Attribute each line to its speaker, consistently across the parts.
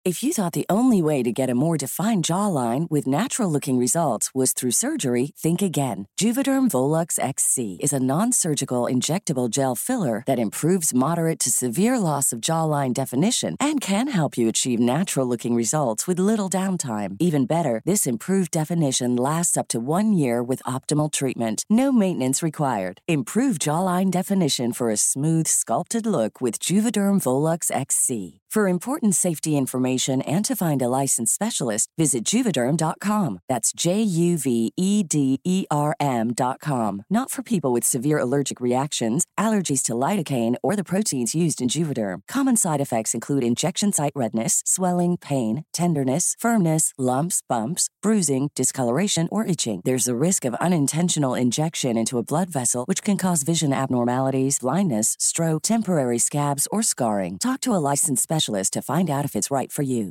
Speaker 1: If you thought the only way to get a more defined jawline with natural-looking results was through surgery, think again. Juvederm Volux XC is a non-surgical injectable gel filler that improves moderate to severe loss of jawline definition and can help you achieve natural-looking results with little downtime. Even better, this improved definition lasts up to 1 year with optimal treatment. No maintenance required. Improve jawline definition for a smooth, sculpted look with Juvederm Volux XC. For important safety information and to find a licensed specialist, visit Juvederm.com. That's Juvederm.com. Not for people with severe allergic reactions, allergies to lidocaine, or the proteins used in Juvederm. Common side effects include injection site redness, swelling, pain, tenderness, firmness, lumps, bumps, bruising, discoloration, or itching. There's a risk of unintentional injection into a blood vessel, which can cause vision abnormalities, blindness, stroke, temporary scabs, or scarring. Talk to a licensed specialist to find out if it's right for you.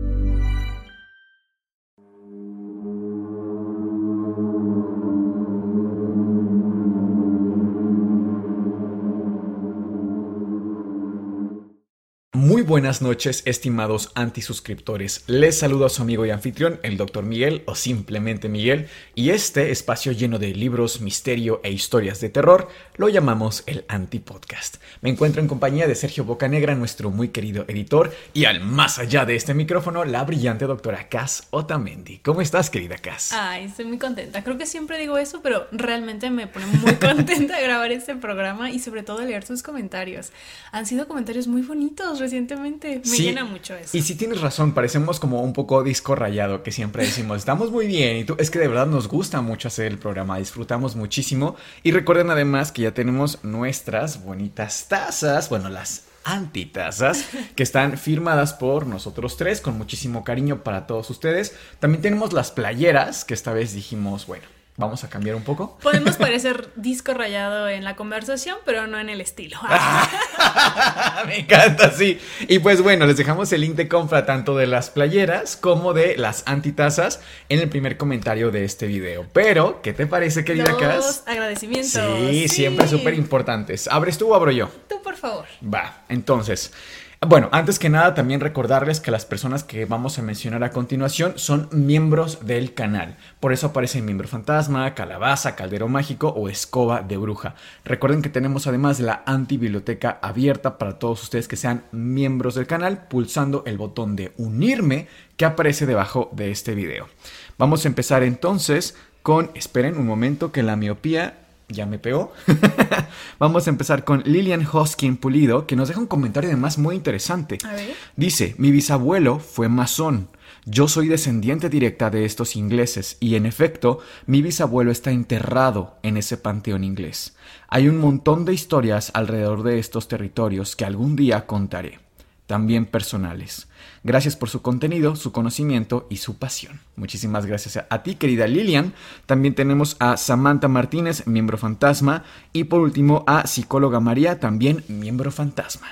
Speaker 2: Muy buenas noches, estimados antisuscriptores. Les saludo a su amigo y anfitrión, el Dr. Miguel, o simplemente Miguel, y este espacio lleno de libros, misterio e historias de terror lo llamamos el Antipodcast. Me encuentro en compañía de Sergio Bocanegra, nuestro muy querido editor, y al más allá de este micrófono, la brillante doctora Cass Otamendi. ¿Cómo estás, querida Cass?
Speaker 3: Ay, estoy muy contenta. Creo que siempre digo eso, pero realmente me pone muy contenta grabar este programa y sobre todo leer sus comentarios. Han sido comentarios muy bonitos recientemente. Me llena mucho eso.
Speaker 2: Y sí tienes razón, parecemos como un poco disco rayado, que siempre decimos, estamos muy bien. Y tú, es que de verdad nos gusta mucho hacer el programa, disfrutamos muchísimo. Y recuerden además que ya tenemos nuestras bonitas tazas, bueno, las antitazas, que están firmadas por nosotros tres, con muchísimo cariño para todos ustedes. También tenemos las playeras, que esta vez dijimos, bueno, vamos a cambiar un poco.
Speaker 3: Podemos parecer disco rayado en la conversación, pero no en el estilo.
Speaker 2: Me encanta, sí. Y pues bueno, les dejamos el link de compra tanto de las playeras como de las antitazas en el primer comentario de este video. Pero, ¿qué te parece, querida Cass?
Speaker 3: Agradecimientos.
Speaker 2: Sí, siempre súper importantes. ¿Abres tú o abro yo?
Speaker 3: Tú, por favor.
Speaker 2: Va, entonces... Bueno, antes que nada también recordarles que las personas que vamos a mencionar a continuación son miembros del canal. Por eso aparecen Miembro Fantasma, Calabaza, Caldero Mágico o Escoba de Bruja. Recuerden que tenemos además la antibiblioteca abierta para todos ustedes que sean miembros del canal, pulsando el botón de unirme que aparece debajo de este video. Vamos a empezar entonces con... Esperen un momento que la miopía... ya me pegó. Vamos a empezar con Lilian Hoskin Pulido, que nos deja un comentario además muy interesante.
Speaker 3: A ver.
Speaker 2: Dice, mi bisabuelo fue masón. Yo soy descendiente directa de estos ingleses y en efecto, mi bisabuelo está enterrado en ese panteón inglés. Hay un montón de historias alrededor de estos territorios que algún día contaré. También personales. Gracias por su contenido, su conocimiento y su pasión. Muchísimas gracias a ti, querida Lilian. También tenemos a Samantha Martínez, miembro fantasma. Y por último a Psicóloga María, también miembro fantasma.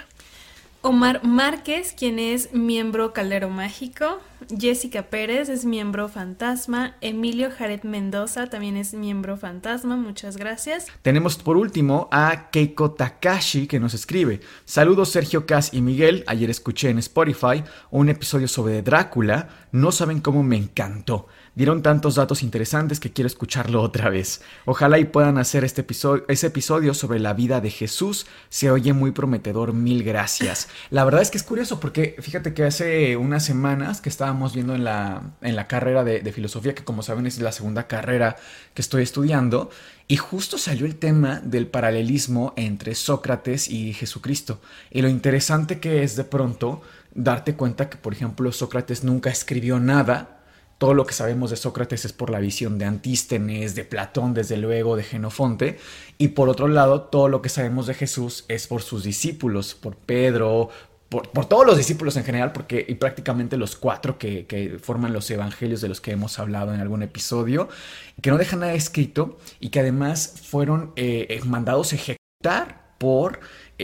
Speaker 3: Omar Márquez, quien es miembro Caldero Mágico. Jessica Pérez es miembro fantasma. Emilio Jared Mendoza también es miembro fantasma. Muchas gracias.
Speaker 2: Tenemos por último a Keiko Takashi, que nos escribe: saludos Sergio, Cass y Miguel. Ayer escuché en Spotify un episodio sobre Drácula. No saben cómo me encantó. Dieron tantos datos interesantes que quiero escucharlo otra vez. Ojalá y puedan hacer ese episodio sobre la vida de Jesús. Se oye muy prometedor, mil gracias. La verdad es que es curioso porque fíjate que hace unas semanas que estábamos viendo en la carrera de filosofía, que como saben es la segunda carrera que estoy estudiando, y justo salió el tema del paralelismo entre Sócrates y Jesucristo. Y lo interesante que es de pronto darte cuenta que, por ejemplo, Sócrates nunca escribió nada. Todo lo que sabemos de Sócrates es por la visión de Antístenes, de Platón, desde luego, de Jenofonte. Y por otro lado, todo lo que sabemos de Jesús es por sus discípulos, por Pedro, por todos los discípulos en general, y prácticamente los 4 que forman los evangelios de los que hemos hablado en algún episodio, que no dejan nada escrito y que además fueron mandados ejecutar por...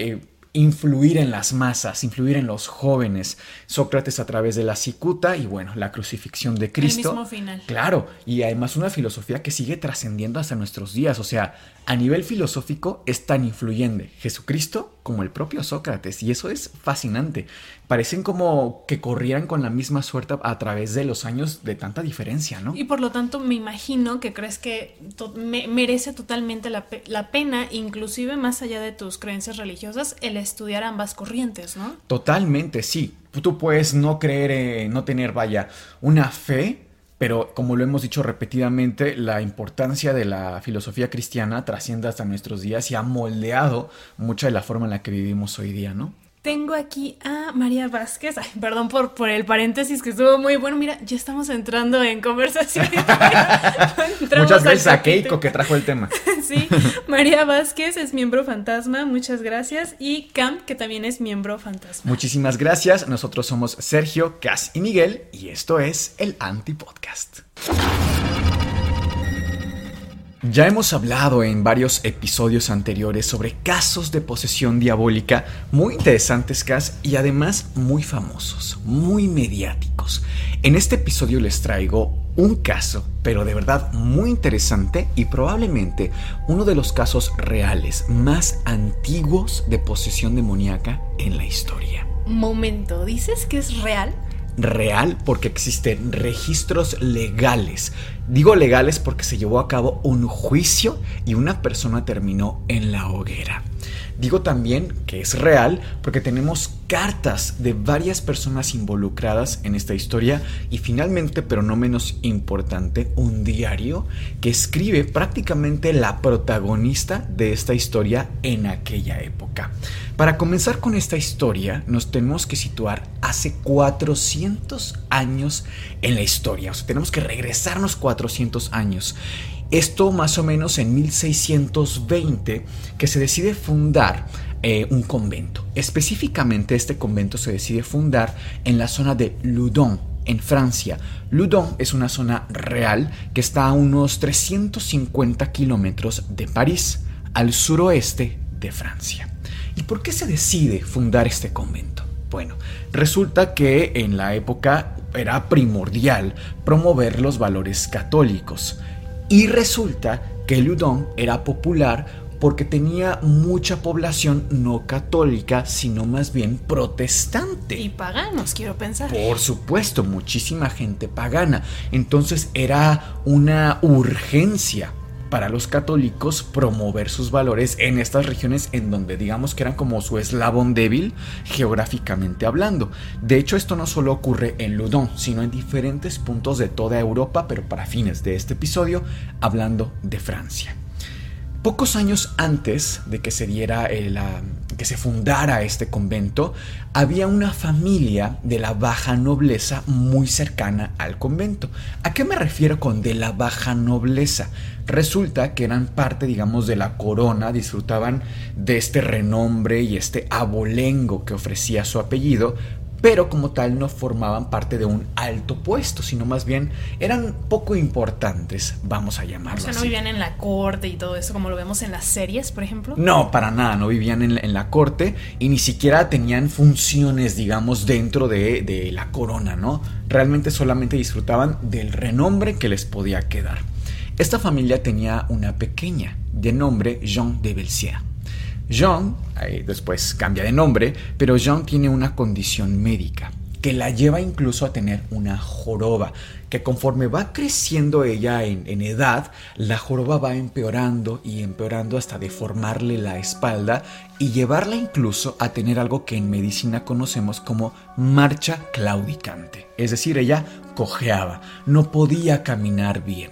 Speaker 2: influir en las masas, influir en los jóvenes. Sócrates a través de la cicuta y bueno, la crucifixión de Cristo.
Speaker 3: El mismo final.
Speaker 2: Claro, y además una filosofía que sigue trascendiendo hasta nuestros días. O sea, a nivel filosófico es tan influyente Jesucristo como el propio Sócrates, y eso es fascinante. parecen como que corrieran con la misma suerte a través de los años de tanta diferencia, ¿no?
Speaker 3: Y por lo tanto me imagino que crees que merece totalmente la pena, inclusive más allá de tus creencias religiosas, el estudiar ambas corrientes, ¿no?
Speaker 2: Totalmente, sí. Tú puedes no creer, no tener, vaya, una fe, pero como lo hemos dicho repetidamente, la importancia de la filosofía cristiana trasciende hasta nuestros días y ha moldeado mucha de la forma en la que vivimos hoy día, ¿no?
Speaker 3: Tengo aquí a María Vázquez. Ay, perdón por el paréntesis que estuvo muy bueno. Mira, ya estamos entrando en conversación.
Speaker 2: Muchas gracias a Keiko que trajo el tema.
Speaker 3: Sí, María Vázquez es miembro fantasma, muchas gracias. Y Cam, que también es miembro fantasma.
Speaker 2: Muchísimas gracias. Nosotros somos Sergio, Cas y Miguel y esto es el Antipodcast. Ya hemos hablado en varios episodios anteriores sobre casos de posesión diabólica muy interesantes, Cas, y además muy famosos, muy mediáticos. En este episodio les traigo un caso, pero de verdad muy interesante y probablemente uno de los casos reales más antiguos de posesión demoníaca en la historia.
Speaker 3: Momento, ¿dices que es real?
Speaker 2: Real porque existen registros legales. Digo legales porque se llevó a cabo un juicio y una persona terminó en la hoguera. Digo también que es real porque tenemos cartas de varias personas involucradas en esta historia y finalmente, pero no menos importante, un diario que escribe prácticamente la protagonista de esta historia en aquella época. Para comenzar con esta historia, nos tenemos que situar hace 400 años en la historia. O sea, tenemos que regresarnos 400 años. Esto más o menos en 1620, que se decide fundar un convento. Específicamente este convento se decide fundar en la zona de Loudun, en Francia. Loudun es una zona real que está a unos 350 kilómetros de París, al suroeste de Francia. ¿Y por qué se decide fundar este convento? Bueno, resulta que en la época era primordial promover los valores católicos. Y resulta que Loudun era popular porque tenía mucha población no católica, sino más bien protestante.
Speaker 3: Y paganos, quiero pensar.
Speaker 2: Por supuesto, muchísima gente pagana. Entonces era una urgencia para los católicos promover sus valores en estas regiones en donde digamos que eran como su eslabón débil geográficamente hablando. De hecho, esto no solo ocurre en Loudun, sino en diferentes puntos de toda Europa, pero para fines de este episodio, hablando de Francia. Pocos años antes de que se diera que se fundara este convento, había una familia de la baja nobleza muy cercana al convento. ¿A qué me refiero con de la baja nobleza? Resulta que eran parte, digamos, de la corona, disfrutaban de este renombre y este abolengo que ofrecía su apellido, pero como tal no formaban parte de un alto puesto, sino más bien eran poco importantes, vamos a llamarlo así.
Speaker 3: O sea, ¿no vivían en la corte y todo eso como lo vemos en las series, por ejemplo?
Speaker 2: No, para nada, no vivían en la corte y ni siquiera tenían funciones, digamos, dentro de la corona, ¿no? Realmente solamente disfrutaban del renombre que les podía quedar. Esta familia tenía una pequeña de nombre Jean de Belsière. Jean, después cambia de nombre, pero Jean tiene una condición médica que la lleva incluso a tener una joroba, que conforme va creciendo ella en edad, la joroba va empeorando y empeorando hasta deformarle la espalda y llevarla incluso a tener algo que en medicina conocemos como marcha claudicante. Es decir, ella cojeaba, no podía caminar bien.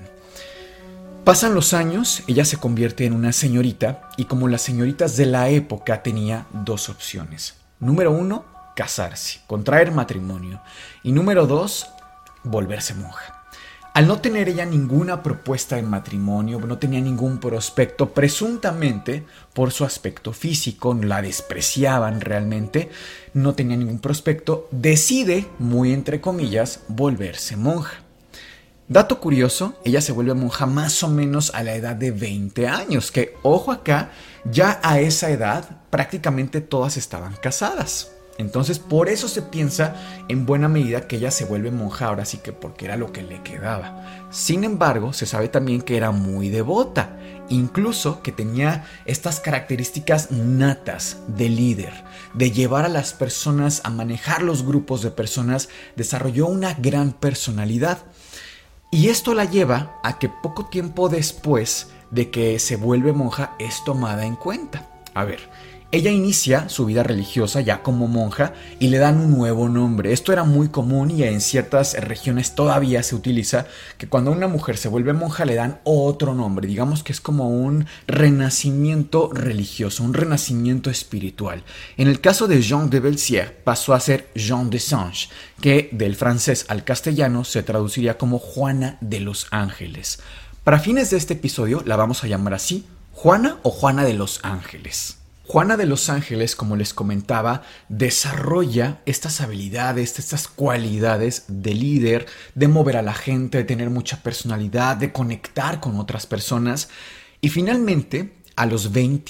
Speaker 2: Pasan los años, ella se convierte en una señorita y como las señoritas de la época tenía dos opciones. Número 1, casarse, contraer matrimonio. Y número 2, volverse monja. Al no tener ella ninguna propuesta de matrimonio, no tenía ningún prospecto, presuntamente por su aspecto físico, la despreciaban realmente, no tenía ningún prospecto, decide, muy entre comillas, volverse monja. Dato curioso, ella se vuelve monja más o menos a la edad de 20 años, que, ojo acá, ya a esa edad prácticamente todas estaban casadas. Entonces por eso se piensa en buena medida que ella se vuelve monja, ahora sí que porque era lo que le quedaba. Sin embargo, se sabe también que era muy devota, incluso que tenía estas características natas de líder, de llevar a las personas, a manejar los grupos de personas. Desarrolló una gran personalidad. Y esto la lleva a que poco tiempo después de que se vuelve monja es tomada en cuenta. A ver, ella inicia su vida religiosa ya como monja y le dan un nuevo nombre. Esto era muy común y en ciertas regiones todavía se utiliza, que cuando una mujer se vuelve monja le dan otro nombre. Digamos que es como un renacimiento religioso, un renacimiento espiritual. En el caso de Jeanne de Belsière pasó a ser Jeanne des Anges, que del francés al castellano se traduciría como Juana de los Ángeles. Para fines de este episodio la vamos a llamar así, Juana o Juana de los Ángeles. Juana de los Ángeles, como les comentaba, desarrolla estas habilidades, estas cualidades de líder, de mover a la gente, de tener mucha personalidad, de conectar con otras personas. Y finalmente, a los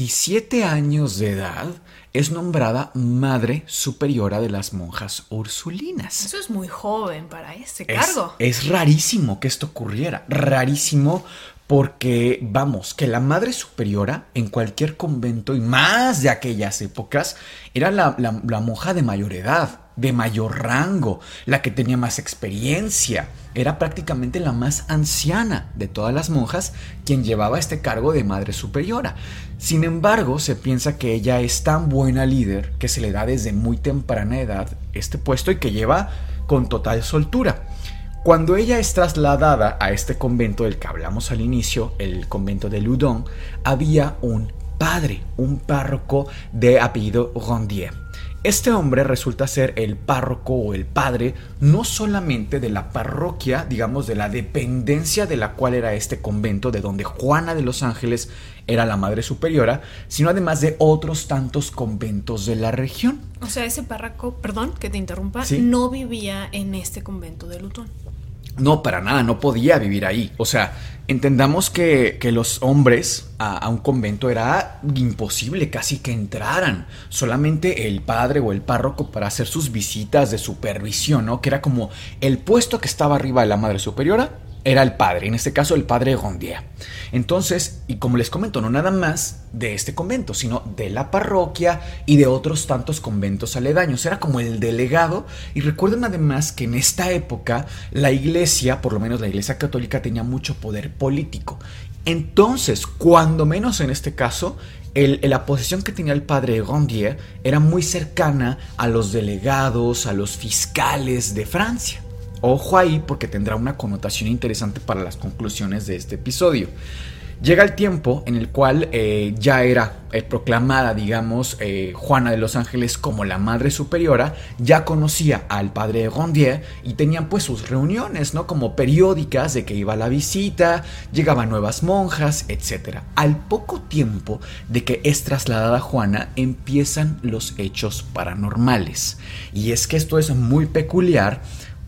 Speaker 2: 27 años de edad, es nombrada Madre Superiora de las Monjas Ursulinas.
Speaker 3: Eso es muy joven para ese cargo.
Speaker 2: Es rarísimo que esto ocurriera, rarísimo. Porque, vamos, que la Madre Superiora en cualquier convento, y más de aquellas épocas, era la monja de mayor edad, de mayor rango, la que tenía más experiencia. Era prácticamente la más anciana de todas las monjas quien llevaba este cargo de Madre Superiora. Sin embargo, se piensa que ella es tan buena líder que se le da desde muy temprana edad este puesto y que lleva con total soltura. Cuando ella es trasladada a este convento del que hablamos al inicio, el convento de Loudun, había un padre, un párroco de apellido Rondier. Este hombre resulta ser el párroco o el padre no solamente de la parroquia, digamos de la dependencia de la cual era este convento, de donde Juana de los Ángeles era la Madre Superiora, sino además de otros tantos conventos de la región.
Speaker 3: O sea, ese párroco, perdón que te interrumpa,
Speaker 2: ¿Sí?
Speaker 3: No vivía en este convento de Loudun.
Speaker 2: No, para nada, no podía vivir ahí. O sea, entendamos que los hombres a un convento era imposible casi que entraran. Solamente el padre o el párroco para hacer sus visitas de supervisión, ¿no? Que era como el puesto que estaba arriba de la Madre Superiora, era el padre, en este caso el padre Rondier. Entonces, y como les comento, no nada más de este convento, sino de la parroquia y de otros tantos conventos aledaños. Era como el delegado. Y recuerden además que en esta época la iglesia, por lo menos la iglesia católica, tenía mucho poder político. Entonces, cuando menos en este caso, la posición que tenía el padre Rondier era muy cercana a los delegados, a los fiscales de Francia. Ojo ahí porque tendrá una connotación interesante para las conclusiones de este episodio. Llega el tiempo en el cual ya era proclamada, digamos, Juana de los Ángeles como la Madre Superiora. Ya conocía al padre Rondier y tenían pues sus reuniones, ¿no? Como periódicas de que iba a la visita, llegaban nuevas monjas, etc. Al poco tiempo de que es trasladada Juana, empiezan los hechos paranormales. Y es que esto es muy peculiar,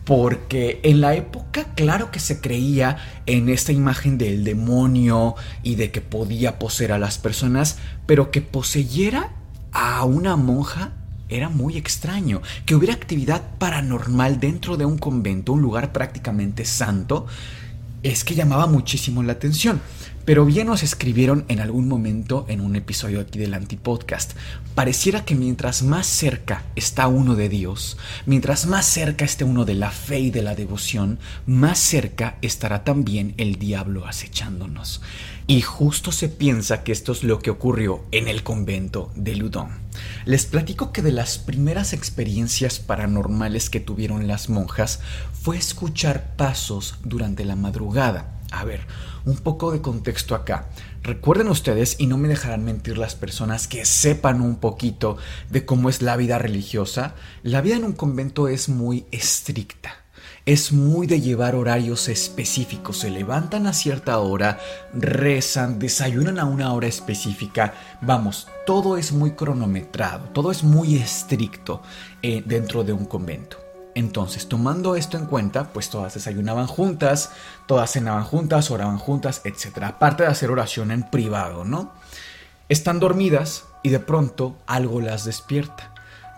Speaker 2: porque en la época, claro que se creía en esta imagen del demonio y de que podía poseer a las personas, pero que poseyera a una monja era muy extraño. Que hubiera actividad paranormal dentro de un convento, un lugar prácticamente santo, es que llamaba muchísimo la atención. Pero bien nos escribieron en algún momento en un episodio aquí del Antipodcast. Pareciera que mientras más cerca está uno de Dios, mientras más cerca esté uno de la fe y de la devoción, más cerca estará también el diablo acechándonos. Y justo se piensa que esto es lo que ocurrió en el convento de Loudun. Les platico que de las primeras experiencias paranormales que tuvieron las monjas fue escuchar pasos durante la madrugada. A ver, un poco de contexto acá. Recuerden ustedes, y no me dejarán mentir las personas que sepan un poquito de cómo es la vida religiosa, la vida en un convento es muy estricta. Es muy de llevar horarios específicos. Se levantan a cierta hora, rezan, desayunan a una hora específica. Vamos, todo es muy cronometrado, todo es muy estricto dentro de un convento. Entonces, tomando esto en cuenta, pues todas desayunaban juntas, todas cenaban juntas, oraban juntas, etc. Aparte de hacer oración en privado, ¿no? Están dormidas y de pronto algo las despierta.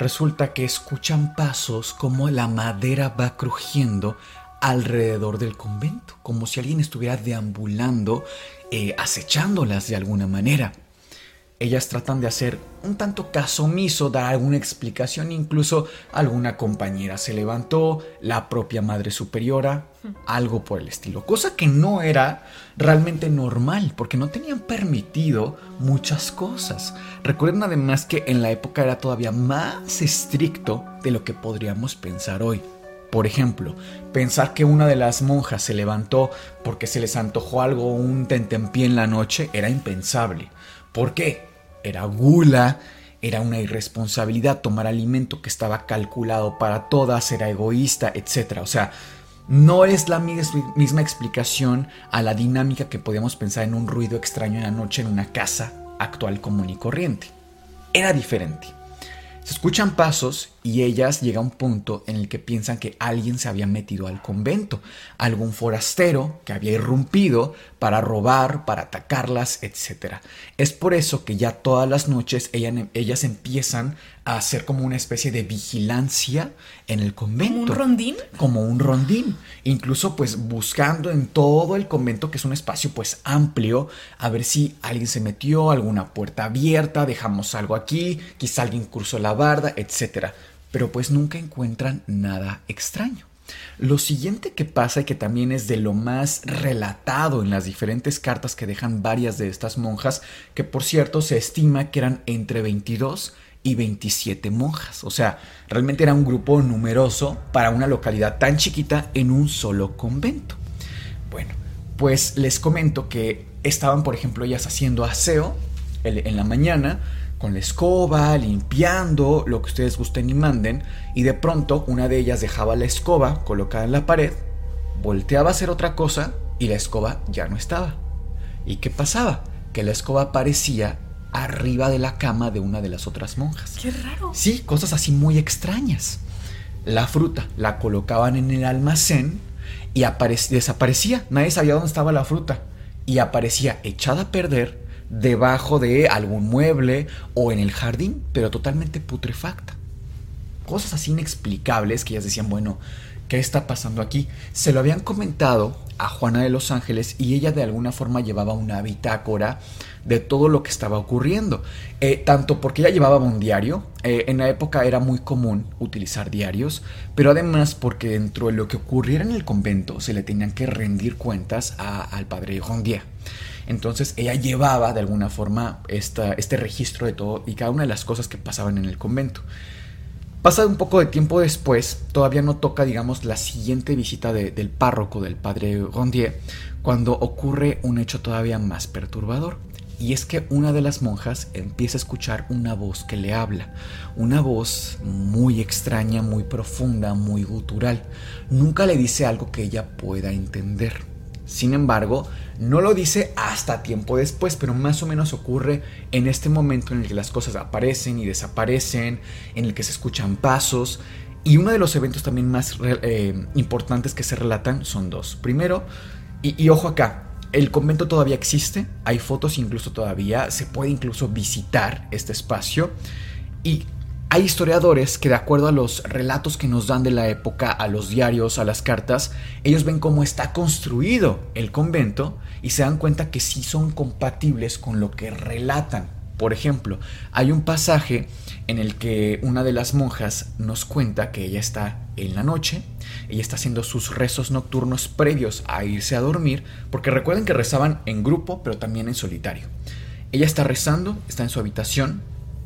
Speaker 2: resulta que escuchan pasos como la madera va crujiendo alrededor del convento, como si alguien estuviera deambulando, acechándolas de alguna manera. Ellas tratan de hacer un tanto caso omiso, dar alguna explicación, incluso alguna compañera se levantó, la propia madre superiora, algo por el estilo. Cosa que no era realmente normal, porque no tenían permitido muchas cosas. Recuerden además que en la época era todavía más estricto de lo que podríamos pensar hoy. Por ejemplo, pensar que una de las monjas se levantó porque se les antojó algo, un tentempié en la noche, era impensable. ¿Por qué? Era gula, era una irresponsabilidad tomar alimento que estaba calculado para todas, era egoísta, etc. O sea, no es la misma explicación a la dinámica que podíamos pensar en un ruido extraño en la noche en una casa actual común y corriente. Era diferente. Se escuchan pasos y ellas llegan a un punto en el que piensan que alguien se había metido al convento, algún forastero que había irrumpido para robar, para atacarlas, etc. Es por eso que ya todas las noches ellas empiezan a hacer como una especie de vigilancia en el convento.
Speaker 3: ¿Como un rondín?
Speaker 2: Como un rondín. Incluso pues buscando en todo el convento, que es un espacio pues amplio, a ver si alguien se metió, alguna puerta abierta, dejamos algo aquí, quizá alguien cruzó la barda, etc. Pero pues nunca encuentran nada extraño. Lo siguiente que pasa, y que también es de lo más relatado en las diferentes cartas que dejan varias de estas monjas, que por cierto se estima que eran entre 22 y 27 monjas. O sea, realmente era un grupo numeroso para una localidad tan chiquita en un solo convento. Bueno, pues les comento que estaban, por ejemplo, ellas haciendo aseo en la mañana, con la escoba, limpiando, lo que ustedes gusten y manden, y de pronto una de ellas dejaba la escoba colocada en la pared, volteaba a hacer otra cosa y la escoba ya no estaba. ¿Y qué pasaba? Que la escoba aparecía arriba de la cama de una de las otras monjas.
Speaker 3: ¡Qué raro!
Speaker 2: Sí, cosas así muy extrañas. La fruta la colocaban en el almacén y desaparecía. Nadie sabía dónde estaba la fruta y aparecía echada a perder debajo de algún mueble o en el jardín, pero totalmente putrefacta. Cosas así inexplicables que ellas decían, bueno, ¿qué está pasando aquí? Se lo habían comentado a Juana de los Ángeles y ella de alguna forma llevaba una bitácora de todo lo que estaba ocurriendo. Tanto porque ella llevaba un diario, en la época era muy común utilizar diarios, pero además porque dentro de lo que ocurriera en el convento se le tenían que rendir cuentas al padre Rondier. Entonces ella llevaba de alguna forma este registro de todo y cada una de las cosas que pasaban en el convento. Pasado un poco de tiempo después, todavía no toca, digamos, la siguiente visita del párroco, del padre Rondier, cuando ocurre un hecho todavía más perturbador. Y es que una de las monjas empieza a escuchar una voz que le habla. Una voz muy extraña, muy profunda, muy gutural. Nunca le dice algo que ella pueda entender. Sin embargo, no lo dice hasta tiempo después, pero más o menos ocurre en este momento en el que las cosas aparecen y desaparecen, en el que se escuchan pasos. Y uno de los eventos también más importantes que se relatan son dos. Primero, y ojo acá, el convento todavía existe, hay fotos incluso todavía, se puede incluso visitar este espacio. Y hay historiadores que, de acuerdo a los relatos que nos dan de la época, a los diarios, a las cartas, ellos ven cómo está construido el convento y se dan cuenta que sí son compatibles con lo que relatan. Por ejemplo, hay un pasaje en el que una de las monjas nos cuenta que ella está en la noche, ella está haciendo sus rezos nocturnos previos a irse a dormir, porque recuerden que rezaban en grupo, pero también en solitario. Ella está rezando, está en su habitación,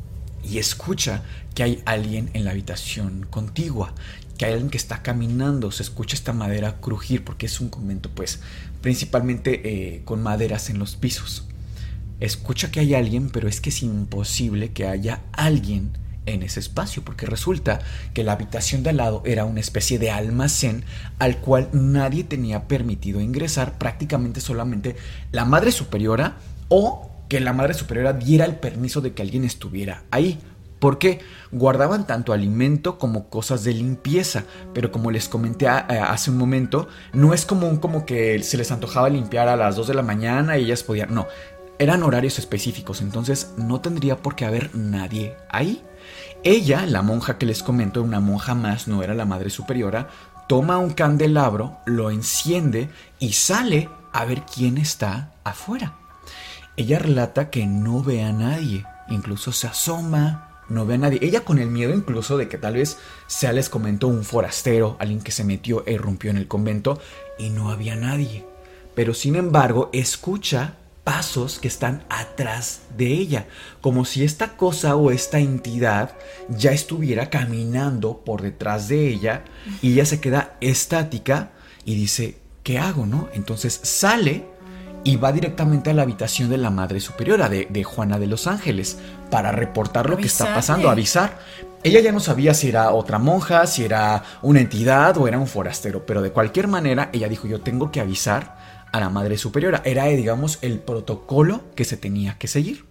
Speaker 2: y escucha que hay alguien en la habitación contigua, que hay alguien que está caminando, se escucha esta madera crujir, porque es un convento pues principalmente con maderas en los pisos. Escucha que hay alguien, pero es que es imposible que haya alguien en ese espacio, porque resulta que la habitación de al lado era una especie de almacén al cual nadie tenía permitido ingresar, prácticamente solamente la madre superiora o que la madre superiora diera el permiso de que alguien estuviera ahí, porque guardaban tanto alimento como cosas de limpieza, pero como les comenté hace un momento, no es común como que se les antojaba limpiar a las 2 de la mañana y ellas podían, no, eran horarios específicos, entonces no tendría por qué haber nadie ahí. Ella, la monja que les comento, una monja más, no era la madre superiora, toma un candelabro, lo enciende y sale a ver quién está afuera. Ella relata que no ve a nadie, incluso se asoma, no ve a nadie. Ella con el miedo incluso de que tal vez sea, les comentó, un forastero, alguien que se metió e irrumpió en el convento y no había nadie. Pero sin embargo escucha pasos que están atrás de ella, como si esta cosa o esta entidad ya estuviera caminando por detrás de ella, y ella se queda estática y dice, ¿qué hago, no? Entonces sale y va directamente a la habitación de la Madre Superiora, de Juana de los Ángeles, para reportar lo que está pasando, avisar. Ella ya no sabía si era otra monja, si era una entidad o era un forastero, pero de cualquier manera ella dijo, yo tengo que avisar a la Madre Superiora. Era, digamos, el protocolo que se tenía que seguir.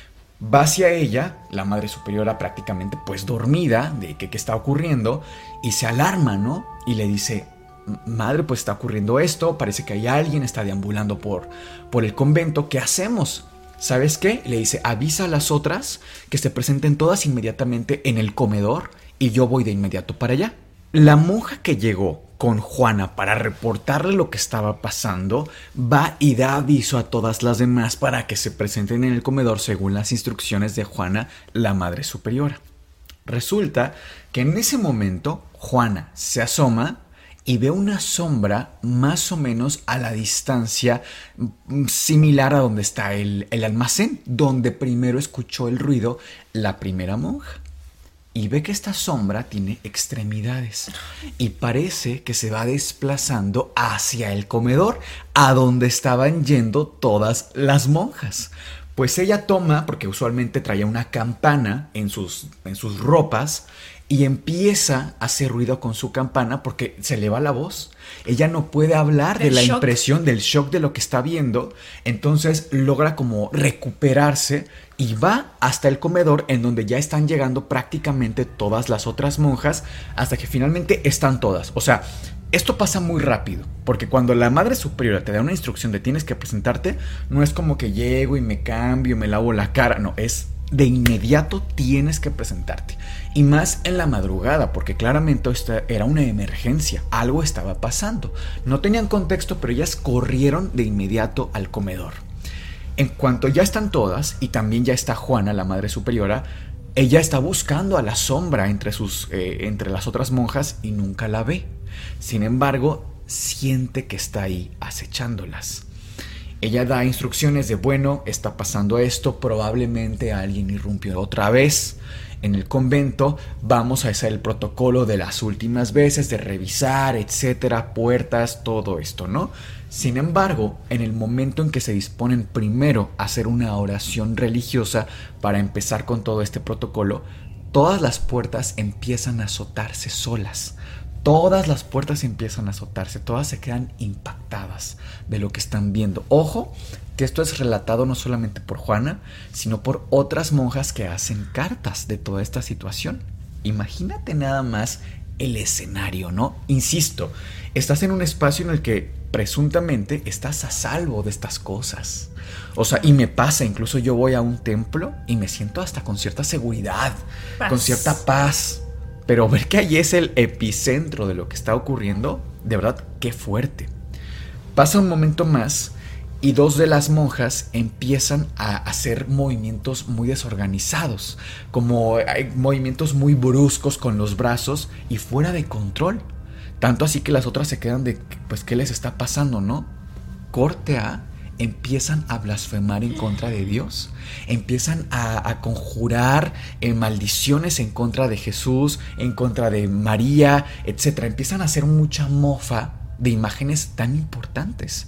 Speaker 2: Va hacia ella, la Madre Superiora prácticamente pues dormida de qué está ocurriendo, y se alarma, ¿no? Y le dice, madre, pues está ocurriendo esto, parece que hay alguien, está deambulando por el convento, ¿qué hacemos? ¿Sabes qué? Le dice, avisa a las otras que se presenten todas inmediatamente en el comedor y yo voy de inmediato para allá. La monja que llegó con Juana para reportarle lo que estaba pasando, va y da aviso a todas las demás para que se presenten en el comedor según las instrucciones de Juana, la Madre Superiora. Resulta que en ese momento Juana se asoma y ve una sombra más o menos a la distancia similar a donde está el almacén, donde primero escuchó el ruido la primera monja. Y ve que esta sombra tiene extremidades y parece que se va desplazando hacia el comedor, a donde estaban yendo todas las monjas. Pues ella toma, porque usualmente traía una campana en sus ropas, y empieza a hacer ruido con su campana porque se le va la voz. Ella no puede hablar de la impresión, del shock de lo que está viendo. Entonces logra como recuperarse y va hasta el comedor, en donde ya están llegando prácticamente todas las otras monjas, hasta que finalmente están todas. O sea, esto pasa muy rápido, porque cuando la Madre Superiora te da una instrucción de tienes que presentarte, no es como que llego y me cambio, me lavo la cara. No, es de inmediato tienes que presentarte. Y más en la madrugada, porque claramente esta era una emergencia, algo estaba pasando. No tenían contexto, pero ellas corrieron de inmediato al comedor. En cuanto ya están todas, y también ya está Juana, la Madre Superiora, ella está buscando a la sombra entre las otras monjas y nunca la ve. Sin embargo, siente que está ahí acechándolas. Ella da instrucciones de, bueno, está pasando esto, probablemente alguien irrumpió otra vez en el convento, vamos a hacer el protocolo de las últimas veces, de revisar, etcétera, puertas, todo esto, ¿no? Sin embargo, en el momento en que se disponen primero a hacer una oración religiosa para empezar con todo este protocolo, todas las puertas empiezan a azotarse solas. Todas las puertas empiezan a azotarse, todas se quedan impactadas de lo que están viendo. Ojo, que esto es relatado no solamente por Juana, sino por otras monjas que hacen cartas de toda esta situación. Imagínate nada más el escenario, ¿no? Insisto, estás en un espacio en el que presuntamente estás a salvo de estas cosas. O sea, y me pasa, incluso yo voy a un templo y me siento hasta con cierta seguridad, con cierta paz. Pero ver que allí es el epicentro de lo que está ocurriendo, de verdad, qué fuerte. Pasa un momento más y dos de las monjas empiezan a hacer movimientos muy desorganizados, como movimientos muy bruscos con los brazos y fuera de control. Tanto así que las otras se quedan de, pues, ¿qué les está pasando, no? Corte A. Empiezan a blasfemar en contra de Dios, empiezan a conjurar maldiciones en contra de Jesús, en contra de María, etc. Empiezan a hacer mucha mofa de imágenes tan importantes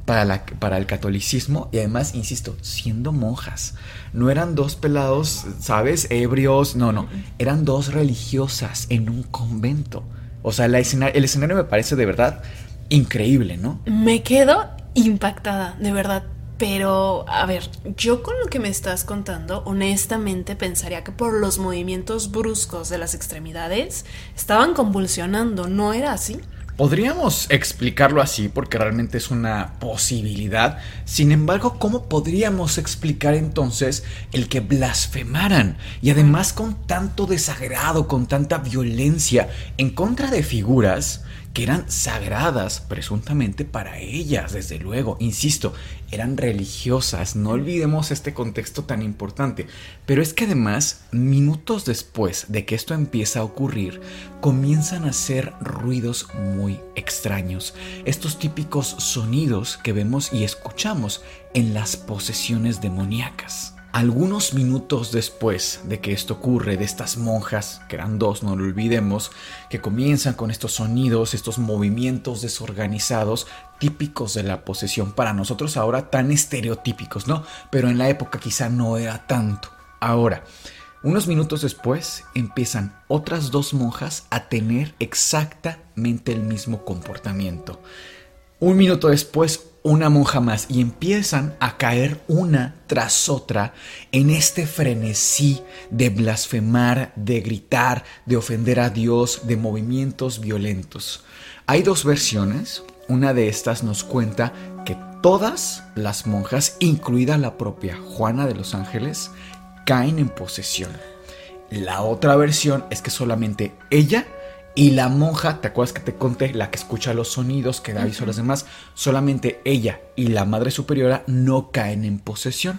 Speaker 2: para el catolicismo, y además, insisto, siendo monjas. No eran dos pelados, ¿sabes? Ebrios, no, eran dos religiosas en un convento. O sea, el escenario me parece de verdad increíble, ¿no?
Speaker 3: Me quedo impactada, de verdad. Pero, a ver, yo con lo que me estás contando, honestamente pensaría que por los movimientos bruscos de las extremidades estaban convulsionando, ¿no era así?
Speaker 2: Podríamos explicarlo así porque realmente es una posibilidad. Sin embargo, ¿cómo podríamos explicar entonces el que blasfemaran? Y además con tanto desagrado, con tanta violencia en contra de figuras que eran sagradas presuntamente para ellas, desde luego. Insisto, eran religiosas, no olvidemos este contexto tan importante. Pero es que además, minutos después de que esto empieza a ocurrir, comienzan a hacer ruidos muy extraños. Estos típicos sonidos que vemos y escuchamos en las posesiones demoníacas. Algunos minutos después de que esto ocurre, de estas monjas, que eran dos, no lo olvidemos, que comienzan con estos sonidos, estos movimientos desorganizados, típicos de la posesión, para nosotros ahora tan estereotípicos, ¿no? Pero en la época quizá no era tanto. Ahora, unos minutos después, empiezan otras dos monjas a tener exactamente el mismo comportamiento. Un minuto después, una monja más, y empiezan a caer una tras otra en este frenesí de blasfemar, de gritar, de ofender a Dios, de movimientos violentos. Hay dos versiones. Una de estas nos cuenta que todas las monjas, incluida la propia Juana de los Ángeles, caen en posesión. La otra versión es que solamente ella y la monja, ¿te acuerdas que te conté? La que escucha los sonidos, que da aviso a las demás, solamente ella y la Madre Superiora no caen en posesión.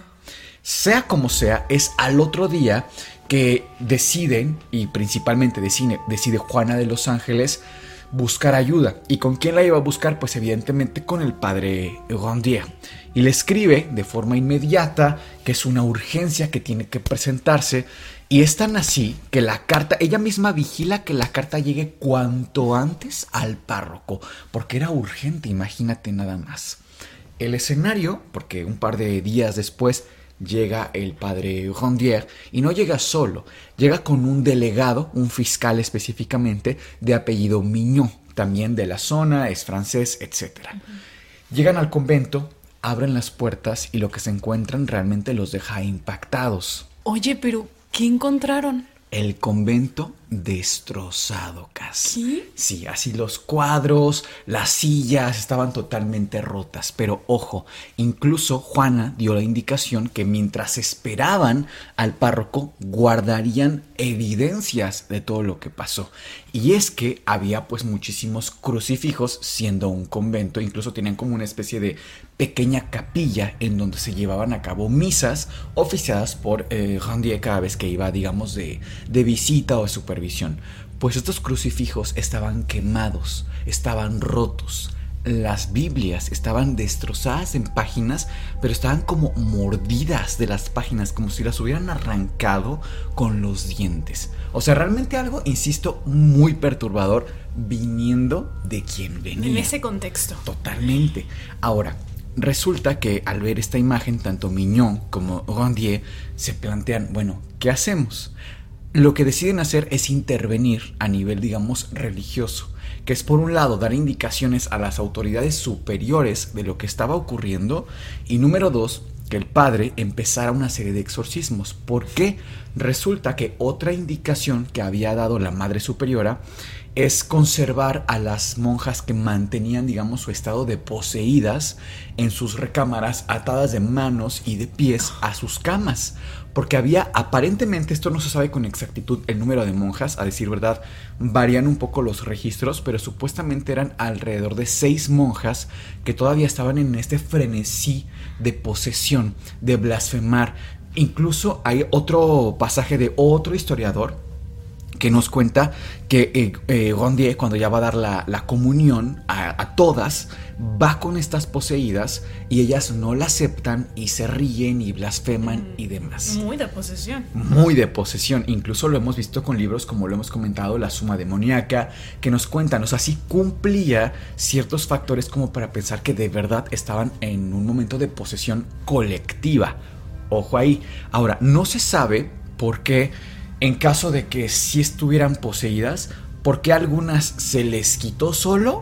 Speaker 2: Sea como sea, es al otro día que deciden, y principalmente decide Juana de los Ángeles, buscar ayuda. ¿Y con quién la iba a buscar? Pues evidentemente con el padre Grandier. Y le escribe de forma inmediata que es una urgencia que tiene que presentarse. Y es tan así que la carta, ella misma vigila que la carta llegue cuanto antes al párroco, porque era urgente, imagínate nada más. El escenario, porque un par de días después llega el padre Grandier, y no llega solo, llega con un delegado, un fiscal específicamente, de apellido Mignon, también de la zona, es francés, etc. Llegan al convento, abren las puertas y lo que se encuentran realmente los deja impactados.
Speaker 3: Oye, pero ¿qué encontraron?
Speaker 2: El convento destrozado casi.
Speaker 3: ¿Qué?
Speaker 2: Sí, así los cuadros, las sillas estaban totalmente rotas. Pero ojo, incluso Juana dio la indicación que mientras esperaban al párroco guardarían evidencias de todo lo que pasó. Y es que había pues muchísimos crucifijos, siendo un convento. Incluso tenían como una especie de pequeña capilla en donde se llevaban a cabo misas oficiadas por Grandier cada vez que iba, digamos, de visita o de supervisión. Pues estos crucifijos estaban quemados, estaban rotos. Las Biblias estaban destrozadas en páginas, pero estaban como mordidas de las páginas, como si las hubieran arrancado con los dientes. O sea, realmente algo, insisto, muy perturbador viniendo de quien venía.
Speaker 3: En ese contexto.
Speaker 2: Totalmente. Ahora, resulta que al ver esta imagen, tanto Mignon como Grandier se plantean, bueno, ¿qué hacemos? Lo que deciden hacer es intervenir a nivel, digamos, religioso, que es por un lado dar indicaciones a las autoridades superiores de lo que estaba ocurriendo, y número dos, que el padre empezara una serie de exorcismos. ¿Por qué? Resulta que otra indicación que había dado la Madre Superiora es conservar a las monjas que mantenían, digamos, su estado de poseídas en sus recámaras, atadas de manos y de pies a sus camas. Porque había, aparentemente, esto no se sabe con exactitud el número de monjas, a decir verdad, varían un poco los registros, pero supuestamente eran alrededor de 6 monjas que todavía estaban en este frenesí de posesión, de blasfemar. Incluso hay otro pasaje de otro historiador que nos cuenta que Grandier, cuando ya va a dar la comunión a todas, va con estas poseídas y ellas no la aceptan y se ríen y blasfeman y demás.
Speaker 3: Muy de posesión.
Speaker 2: Muy de posesión. Incluso lo hemos visto con libros como lo hemos comentado, La Suma Demoníaca, que nos cuentan, o sea, sí cumplía ciertos factores como para pensar que de verdad estaban en un momento de posesión colectiva. Ojo ahí. Ahora, no se sabe por qué, en caso de que sí estuvieran poseídas, ¿por qué a algunas se les quitó solo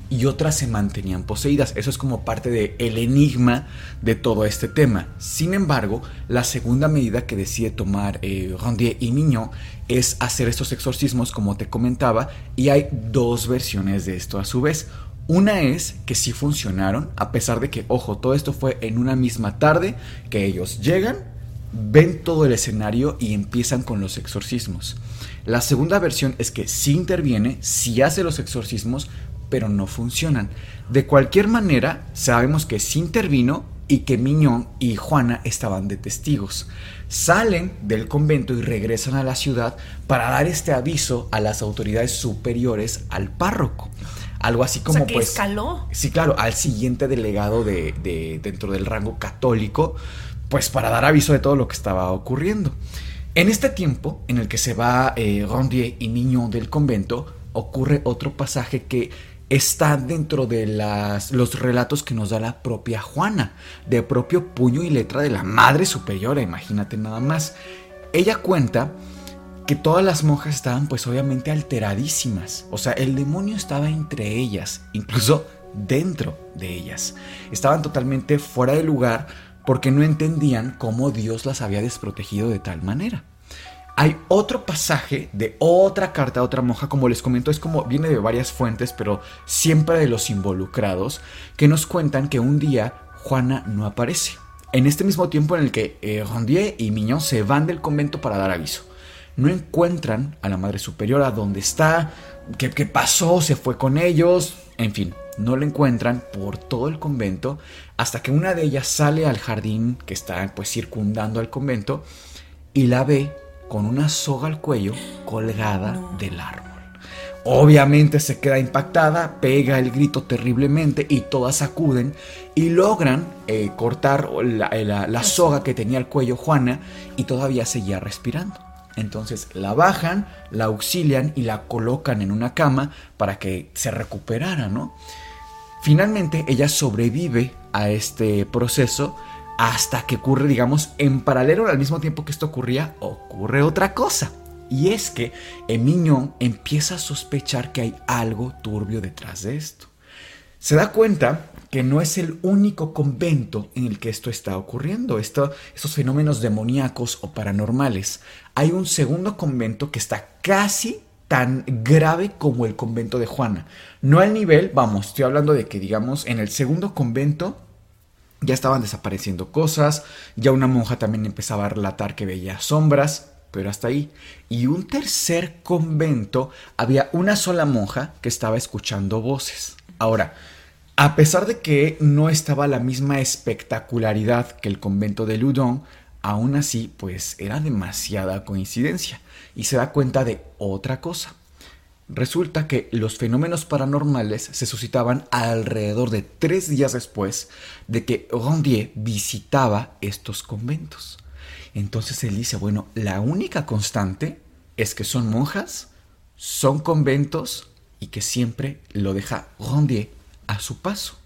Speaker 2: y otras se mantenían poseídas. Eso es como parte del enigma de todo este tema. Sin embargo, la segunda medida que decide tomar Randier y Mignon es hacer estos exorcismos, como te comentaba, y hay dos versiones de esto a su vez. Una es que sí funcionaron, a pesar de que, ojo, todo esto fue en una misma tarde, que ellos llegan, ven todo el escenario y empiezan con los exorcismos. La segunda versión es que sí interviene, sí hace los exorcismos, pero no funcionan. De cualquier manera, sabemos que sí intervino y que Mignon y Juana estaban de testigos. Salen del convento y regresan a la ciudad para dar este aviso a las autoridades superiores, al párroco. Algo así como,
Speaker 3: o sea, que pues escaló.
Speaker 2: Sí, claro, al siguiente delegado de dentro del rango católico, pues para dar aviso de todo lo que estaba ocurriendo. En este tiempo en el que se va Randier y Mignon del convento, ocurre otro pasaje que está dentro de los relatos que nos da la propia Juana, de propio puño y letra de la Madre Superiora, imagínate nada más. Ella cuenta que todas las monjas estaban pues obviamente alteradísimas, o sea, el demonio estaba entre ellas, incluso dentro de ellas. Estaban totalmente fuera de lugar porque no entendían cómo Dios las había desprotegido de tal manera. Hay otro pasaje de otra carta de otra monja, como les comento, es como viene de varias fuentes, pero siempre de los involucrados, que nos cuentan que un día Juana no aparece. En este mismo tiempo en el que Randier y Mignon se van del convento para dar aviso. No encuentran a la Madre Superiora, dónde está, qué pasó, se fue con ellos, en fin, no la encuentran por todo el convento, hasta que una de ellas sale al jardín que está pues circundando al convento y la ve con una soga al cuello colgada del árbol. Obviamente se queda impactada, pega el grito terriblemente y todas acuden y logran cortar la soga que tenía al cuello Juana y todavía seguía respirando. Entonces la bajan, la auxilian y la colocan en una cama para que se recuperara, ¿no? Finalmente ella sobrevive a este proceso hasta que ocurre, digamos, en paralelo al mismo tiempo que esto ocurría, ocurre otra cosa. Y es que Mignon empieza a sospechar que hay algo turbio detrás de esto. Se da cuenta que no es el único convento en el que esto está ocurriendo, estos fenómenos demoníacos o paranormales. Hay un segundo convento que está casi tan grave como el convento de Juana. No al nivel, vamos, estoy hablando de que, digamos, en el segundo convento ya estaban desapareciendo cosas, ya una monja también empezaba a relatar que veía sombras, pero hasta ahí. Y un tercer convento, había una sola monja que estaba escuchando voces. Ahora, a pesar de que no estaba la misma espectacularidad que el convento de Loudun, aún así, pues era demasiada coincidencia. Y se da cuenta de otra cosa. Resulta que los fenómenos paranormales se suscitaban alrededor de 3 días después de que Randier visitaba estos conventos. Entonces él dice, bueno, la única constante es que son monjas, son conventos y que siempre lo deja Randier a su paso.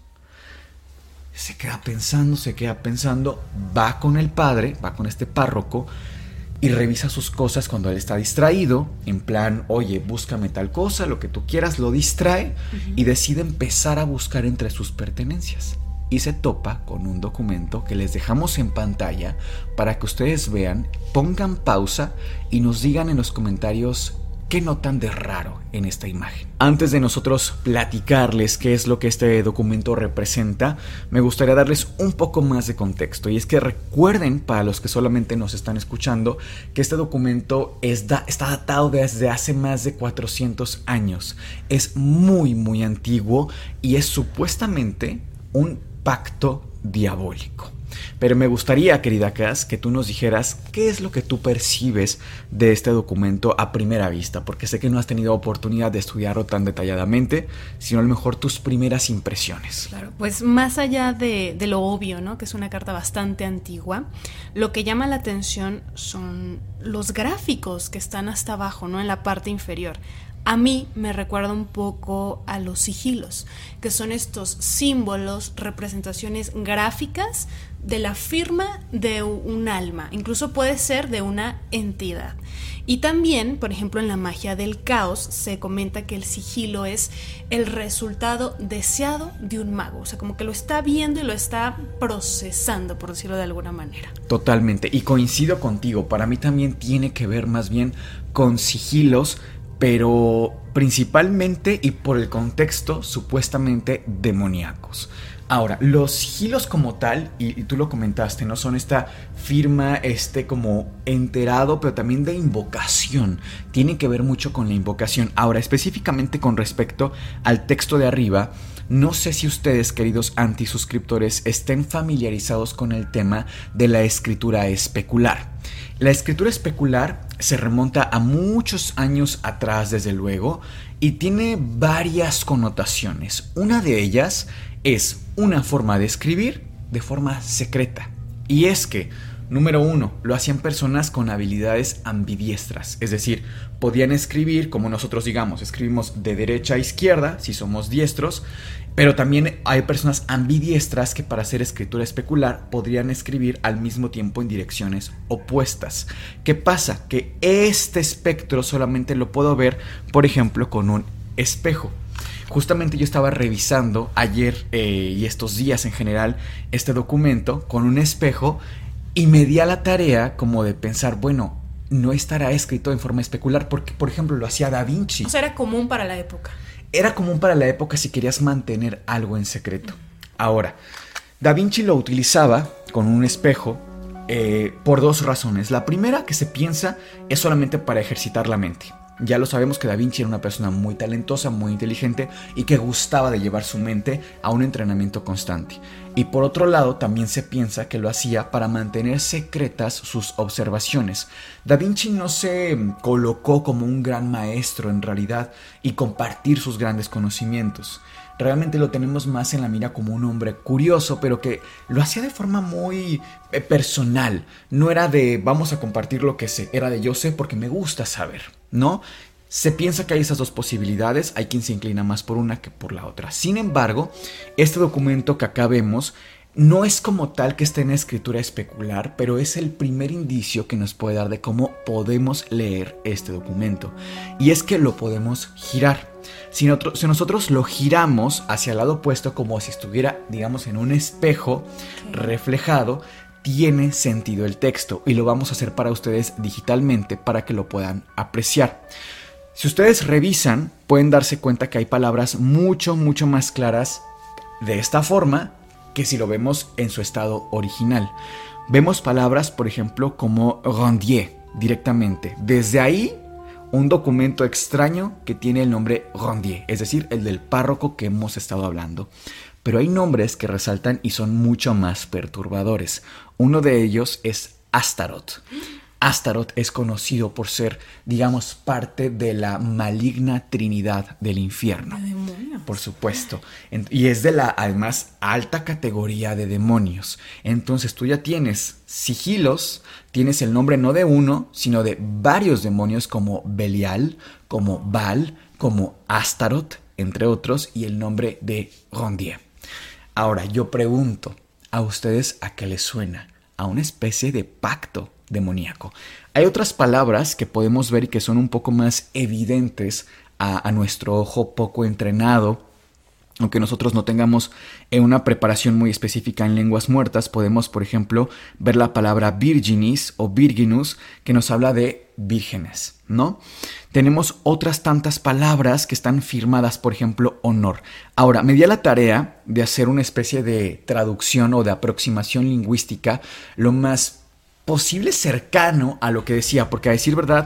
Speaker 2: Se queda pensando, va con el padre, va con este párroco y revisa sus cosas cuando él está distraído, en plan, oye, búscame tal cosa, lo que tú quieras, lo distrae y decide empezar a buscar entre sus pertenencias. Y se topa con un documento que les dejamos en pantalla para que ustedes vean, pongan pausa y nos digan en los comentarios qué notan de raro en esta imagen. Antes de nosotros platicarles qué es lo que este documento representa, me gustaría darles un poco más de contexto. Y es que recuerden, para los que solamente nos están escuchando, que este documento está datado desde hace más de 400 años. Es muy, muy antiguo y es supuestamente un pacto diabólico. Pero me gustaría, querida Cass, que tú nos dijeras qué es lo que tú percibes de este documento a primera vista, porque sé que no has tenido oportunidad de estudiarlo tan detalladamente, sino a lo mejor tus primeras impresiones.
Speaker 3: Claro, pues más allá de lo obvio, ¿no? Que es una carta bastante antigua, lo que llama la atención son los gráficos que están hasta abajo, ¿no? En la parte inferior. a mí me recuerda un poco a los sigilos, que son estos símbolos, representaciones gráficas de la firma de un alma, incluso puede ser de una entidad. Y también, por ejemplo, en la magia del caos se comenta que el sigilo es el resultado deseado de un mago, o sea, como que lo está viendo y lo está procesando, por decirlo de alguna manera.
Speaker 2: Totalmente, y coincido contigo, para mí también tiene que ver más bien con sigilos, pero principalmente y por el contexto supuestamente demoníacos. Ahora, los sigilos como tal, y tú lo comentaste, ¿no? Son esta firma, como enterado, pero también de invocación. Tiene que ver mucho con la invocación. Ahora, específicamente con respecto al texto de arriba, no sé si ustedes, queridos antisuscriptores, estén familiarizados con el tema de la escritura especular. La escritura especular se remonta a muchos años atrás, desde luego, y tiene varias connotaciones. Una de ellas es una forma de escribir de forma secreta. Y es que, número 1, lo hacían personas con habilidades ambidiestras. Es decir, podían escribir como nosotros, digamos, escribimos de derecha a izquierda, si somos diestros. Pero también hay personas ambidiestras que para hacer escritura especular podrían escribir al mismo tiempo en direcciones opuestas. ¿Qué pasa? Que este espectro solamente lo puedo ver, por ejemplo, con un espejo. Justamente yo estaba revisando ayer y estos días en general este documento con un espejo y me di a la tarea como de pensar, bueno, no estará escrito en forma especular porque, por ejemplo, lo hacía Da Vinci.
Speaker 3: O sea, era común para la época.
Speaker 2: Era común para la época si querías mantener algo en secreto. Ahora, Da Vinci lo utilizaba con un espejo por dos razones. La primera, que se piensa, es solamente para ejercitar la mente. Ya lo sabemos que Da Vinci era una persona muy talentosa, muy inteligente y que gustaba de llevar su mente a un entrenamiento constante. Y por otro lado, también se piensa que lo hacía para mantener secretas sus observaciones. Da Vinci no se colocó como un gran maestro en realidad y compartir sus grandes conocimientos. Realmente lo tenemos más en la mira como un hombre curioso, pero que lo hacía de forma muy personal. No era de vamos a compartir lo que sé, era de yo sé porque me gusta saber, ¿no? Se piensa que hay esas dos posibilidades, hay quien se inclina más por una que por la otra. Sin embargo, este documento que acá vemos no es como tal que esté en escritura especular, pero es el primer indicio que nos puede dar de cómo podemos leer este documento. Y es que lo podemos girar. Si nosotros lo giramos hacia el lado opuesto, como si estuviera, digamos, en un espejo reflejado, tiene sentido el texto y lo vamos a hacer para ustedes digitalmente para que lo puedan apreciar. Si ustedes revisan, pueden darse cuenta que hay palabras mucho más claras de esta forma que si lo vemos en su estado original. Vemos palabras, por ejemplo, como Rondier directamente. Desde ahí, un documento extraño que tiene el nombre Rondier, es decir, el del párroco que hemos estado hablando. Pero hay nombres que resaltan y son mucho más perturbadores. Uno de ellos es Astaroth. Astaroth es conocido por ser, digamos, parte de la maligna trinidad del infierno.
Speaker 3: ¿De demonios?
Speaker 2: Por supuesto. Y es de la, además, alta categoría de demonios. Entonces tú ya tienes sigilos, tienes el nombre no de uno, sino de varios demonios como Belial, como Baal, como Astaroth, entre otros, y el nombre de Rondier. Ahora, yo pregunto, ¿a ustedes a qué les suena? A una especie de pacto demoníaco. Hay otras palabras que podemos ver y que son un poco más evidentes a nuestro ojo poco entrenado. Aunque nosotros no tengamos una preparación muy específica en lenguas muertas, podemos, por ejemplo, ver la palabra virginis o virginus, que nos habla de vírgenes, ¿no? Tenemos otras tantas palabras que están firmadas, por ejemplo, honor. Ahora, me di a la tarea de hacer una especie de traducción o de aproximación lingüística lo más posible cercano a lo que decía, porque a decir verdad,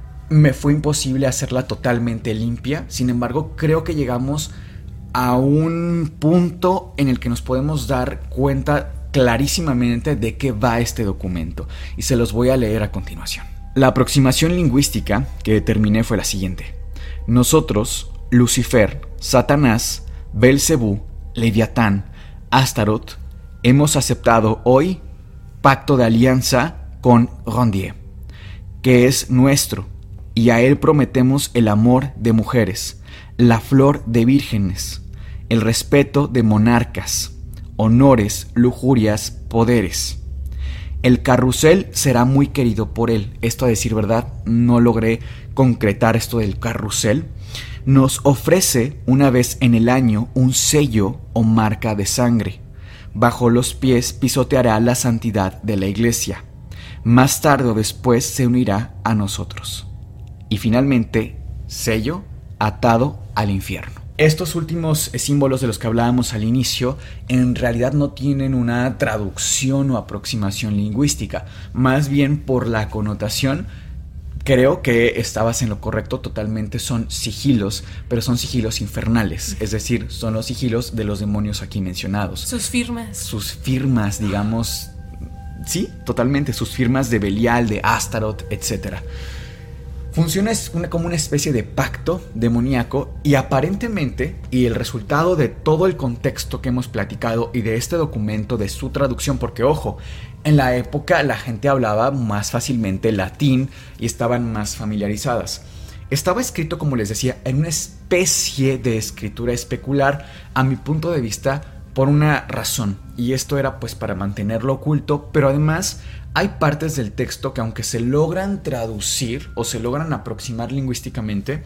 Speaker 2: me fue imposible hacerla totalmente limpia. Sin embargo, creo que llegamos a un punto en el que nos podemos dar cuenta clarísimamente de qué va este documento, y se los voy a leer a continuación. La aproximación lingüística que determiné fue la siguiente: nosotros, Lucifer, Satanás, Belcebú, Leviatán, Astaroth, hemos aceptado hoy pacto de alianza con Rondier, que es nuestro, y a él prometemos el amor de mujeres, la flor de vírgenes, el respeto de monarcas, honores, lujurias, poderes. El carrusel será muy querido por él. Esto, a decir verdad, no logré concretar esto del carrusel. Nos ofrece una vez en el año un sello o marca de sangre. Bajo los pies pisoteará la santidad de la iglesia. Más tarde o después se unirá a nosotros. Y finalmente, sello atado al infierno. Estos últimos símbolos de los que hablábamos al inicio en realidad no tienen una traducción o aproximación lingüística. Más bien por la connotación, creo que estabas en lo correcto totalmente. Son sigilos, pero son sigilos infernales. Es decir, son los sigilos de los demonios aquí mencionados.
Speaker 3: Sus firmas.
Speaker 2: Sus firmas, digamos. Sí, totalmente. Sus firmas de Belial, de Astaroth, etcétera. Funciona como una especie de pacto demoníaco y aparentemente, y el resultado de todo el contexto que hemos platicado y de este documento, de su traducción, porque ojo, en la época la gente hablaba más fácilmente latín y estaban más familiarizadas. Estaba escrito, como les decía, en una especie de escritura especular, a mi punto de vista, por una razón, y esto era pues para mantenerlo oculto, pero además hay partes del texto que, aunque se logran traducir o se logran aproximar lingüísticamente,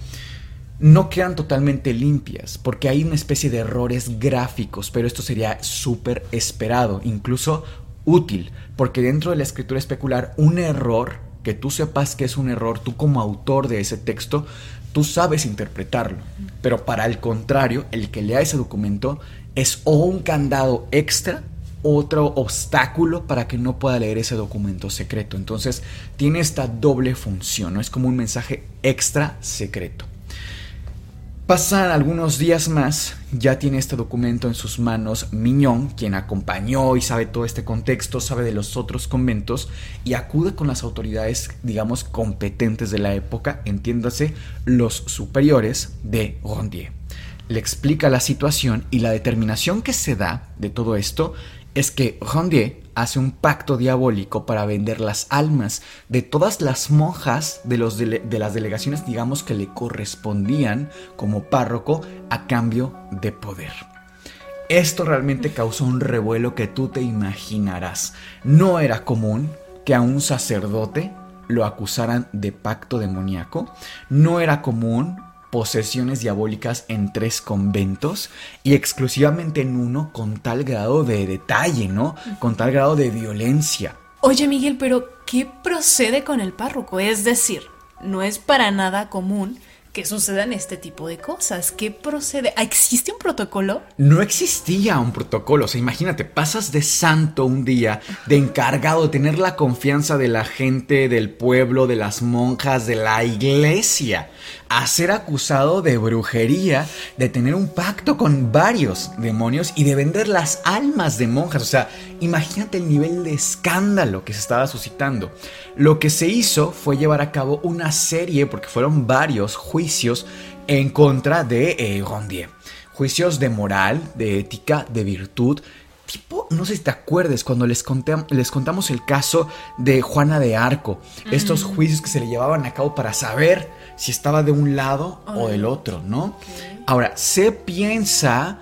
Speaker 2: no quedan totalmente limpias, porque hay una especie de errores gráficos, pero esto sería súper esperado, incluso útil, porque dentro de la escritura especular, un error, que tú sepas que es un error, tú como autor de ese texto, tú sabes interpretarlo, pero para el contrario, el que lea ese documento es o un candado extra, otro obstáculo para que no pueda leer ese documento secreto. Entonces tiene esta doble función, ¿no? Es como un mensaje extra secreto. Pasan algunos días más, ya tiene este documento en sus manos Mignon, quien acompañó y sabe todo este contexto, sabe de los otros conventos, y acude con las autoridades, digamos, competentes de la época, entiéndase, los superiores de Rondier. Le explica la situación y la determinación que se da de todo esto es que Rondier hace un pacto diabólico para vender las almas de todas las monjas de las delegaciones, digamos, que le correspondían como párroco a cambio de poder. Esto realmente causó un revuelo que tú te imaginarás. No era común que a un sacerdote lo acusaran de pacto demoníaco. No era común posesiones diabólicas en 3 conventos y exclusivamente en uno con tal grado de detalle, ¿no? Con tal grado de violencia.
Speaker 3: Oye, Miguel, pero ¿qué procede con el párroco? Es decir, no es para nada común que sucedan este tipo de cosas. ¿Qué procede? ¿Existe un protocolo?
Speaker 2: No existía un protocolo. O sea, imagínate, pasas de santo un día, de encargado de tener la confianza de la gente, del pueblo, de las monjas, de la iglesia, a ser acusado de brujería, de tener un pacto con varios demonios y de vender las almas de monjas. O sea, imagínate el nivel de escándalo que se estaba suscitando. Lo que se hizo fue llevar a cabo una serie, porque fueron varios juicios en contra de Rondier. Juicios de moral, de ética, de virtud. Tipo, no sé si te acuerdes cuando les contamos el caso de Juana de Arco. Estos juicios que se le llevaban a cabo para saber si estaba de un lado o del otro, ¿no? Okay. Ahora, se piensa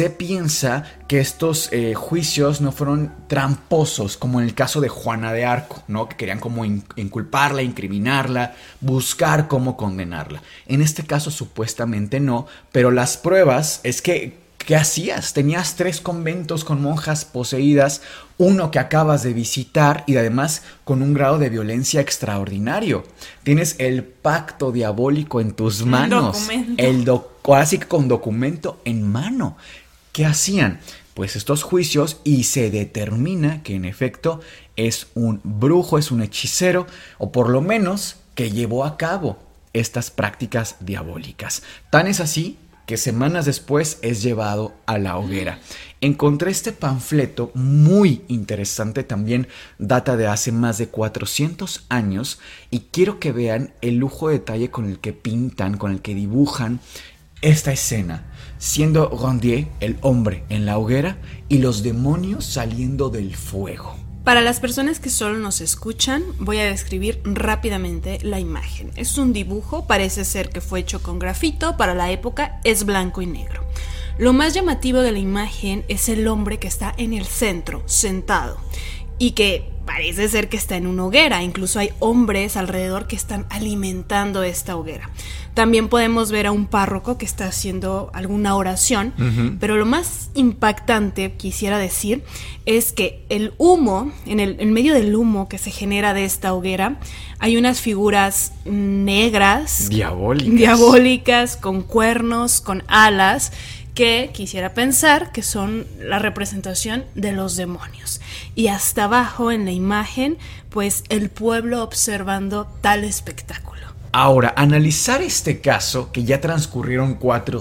Speaker 2: que estos juicios no fueron tramposos, como en el caso de Juana de Arco, ¿no? Que querían como inculparla, incriminarla, buscar cómo condenarla. En este caso, supuestamente no, pero las pruebas es que ¿qué hacías? Tenías 3 conventos con monjas poseídas, uno que acabas de visitar y además con un grado de violencia extraordinario. Tienes el pacto diabólico en tus manos. Casi con documento en mano. ¿Qué hacían? Pues estos juicios y se determina que en efecto es un brujo, es un hechicero, o por lo menos que llevó a cabo estas prácticas diabólicas. Tan es así que semanas después es llevado a la hoguera. Encontré este panfleto muy interesante, también data de hace más de 400 años, y quiero que vean el lujo de detalle con el que pintan, con el que dibujan esta escena, siendo Rondier el hombre en la hoguera y los demonios saliendo del fuego.
Speaker 3: Para las personas que solo nos escuchan, voy a describir rápidamente la imagen. Es un dibujo, parece ser que fue hecho con grafito, para la época es blanco y negro. Lo más llamativo de la imagen es el hombre que está en el centro, sentado, y que parece ser que está en una hoguera. Incluso hay hombres alrededor que están alimentando esta hoguera. También podemos ver a un párroco que está haciendo alguna oración, pero lo más impactante, quisiera decir, es que el humo, en medio del humo que se genera de esta hoguera, hay unas figuras negras, diabólicas, con cuernos, con alas, que quisiera pensar que son la representación de los demonios. Y hasta abajo en la imagen, pues el pueblo observando tal espectáculo.
Speaker 2: Ahora, analizar este caso, que ya transcurrieron